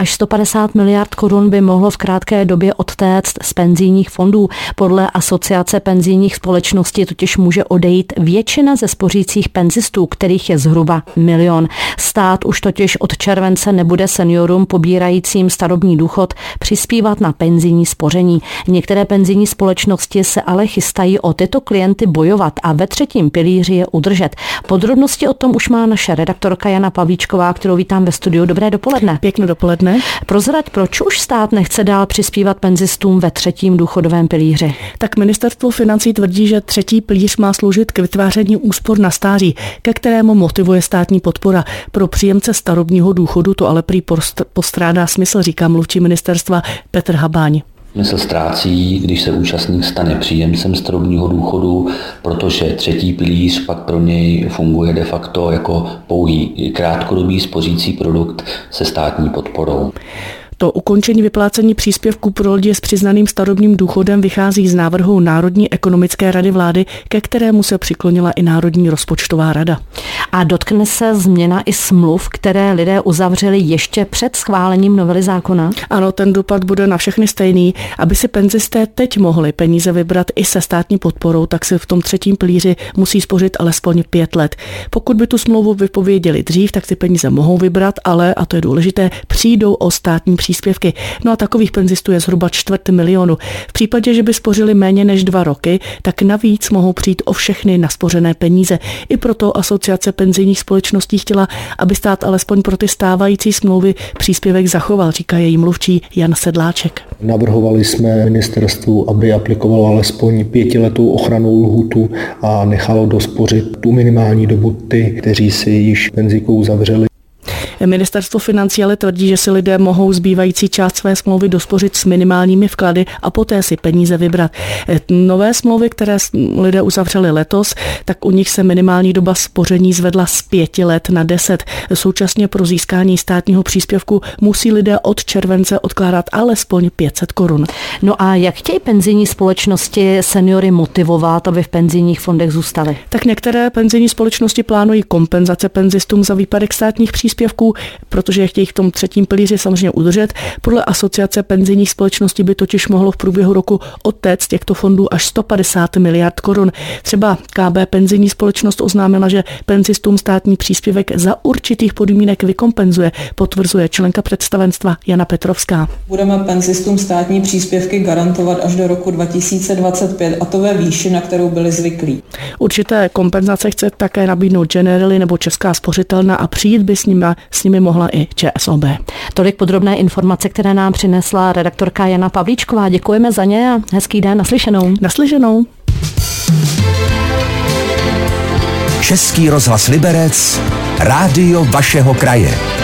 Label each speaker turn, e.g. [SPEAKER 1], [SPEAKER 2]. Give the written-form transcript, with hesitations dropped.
[SPEAKER 1] Až 150 miliard korun by mohlo v krátké době odtéct z penzijních fondů. Podle Asociace penzijních společností totiž může odejít většina ze spořících penzistů, kterých je zhruba 1 milion. Stát už totiž od července nebude seniorům pobírajícím starobní důchod přispívat na penzijní spoření. Některé penzijní společnosti se ale chystají o tyto klienty bojovat a ve třetím pilíři je udržet. Podrobnosti o tom už má naše redaktorka Jana Pavlíčková, kterou vítám ve studiu. Dobré dopoledne.
[SPEAKER 2] Pěkné dopoledne.
[SPEAKER 1] Prozrať, proč už stát nechce dál přispívat penzistům ve třetím důchodovém pilíři?
[SPEAKER 2] Tak ministerstvo financí tvrdí, že třetí pilíř má sloužit k vytváření úspor na stáří, ke kterému motivuje státní podpora. Pro příjemce starobního důchodu to ale prý postrádá smysl, říká mluvčí ministerstva Petr Habáň.
[SPEAKER 3] Smysl ztrácí, když se účastník stane příjemcem starobního důchodu, protože třetí pilíř pak pro něj funguje de facto jako pouhý krátkodobý spořící produkt se státní podporou.
[SPEAKER 2] To ukončení vyplácení příspěvků pro lidi s přiznaným starobním důchodem vychází z návrhu Národní ekonomické rady vlády, ke kterému se přiklonila i Národní rozpočtová rada.
[SPEAKER 1] A dotkne se změna i smluv, které lidé uzavřeli ještě před schválením novely zákona?
[SPEAKER 2] Ano, ten dopad bude na všechny stejný. Aby si penzisté teď mohli peníze vybrat i se státní podporou, tak si v tom třetím pilíři musí spořit alespoň 5 let. Pokud by tu smlouvu vypověděli dřív, tak si peníze mohou vybrat, ale, a to je důležité, přijdou o státní příspěvky. No a takových penzistů je zhruba 250 000. V případě, že by spořili méně než 2 roky, tak navíc mohou přijít o všechny naspořené peníze. I proto Asociace penzijních společností chtěla, aby stát alespoň pro ty stávající smlouvy příspěvek zachoval, říká její mluvčí Jan Sedláček.
[SPEAKER 4] Navrhovali jsme ministerstvu, aby aplikovalo alespoň 5letou ochrannou lhůtu a nechalo dospořit tu minimální dobu ty, kteří si již penzijkou uzavřeli.
[SPEAKER 2] Ministerstvo financí ale tvrdí, že si lidé mohou zbývající část své smlouvy dospořit s minimálními vklady a poté si peníze vybrat. Nové smlouvy, které lidé uzavřeli letos, tak u nich se minimální doba spoření zvedla z 5 let na 10. Současně pro získání státního příspěvku musí lidé od července odkládat alespoň 500 korun.
[SPEAKER 1] No a jak chtějí penzijní společnosti seniory motivovat, aby v penzijních fondech zůstali?
[SPEAKER 2] Tak některé penzijní společnosti plánují kompenzace penzistům za výpadek státních příspěvků, protože je chtějí v tom třetím pilíři samozřejmě udržet. Podle Asociace penzijních společností by totiž mohlo v průběhu roku odtéct z těchto fondů až 150 miliard korun. Třeba KB penzijní společnost oznámila, že penzistům státní příspěvek za určitých podmínek vykompenzuje, potvrzuje členka představenstva Jana Petrovská.
[SPEAKER 5] Budeme penzistům státní příspěvky garantovat až do roku 2025 a to ve výši, na kterou byli zvyklí.
[SPEAKER 2] Určité kompenzace chce také nabídnout Generali nebo Česká spořitelna a přijít by s nimi mohla i ČSOB.
[SPEAKER 1] Tolik podrobné informace, které nám přinesla redaktorka Jana Pavlíčková. Děkujeme za ně a hezký den, naslyšenou.
[SPEAKER 2] Naslyšenou.
[SPEAKER 6] Český rozhlas Liberec, rádio vašeho kraje.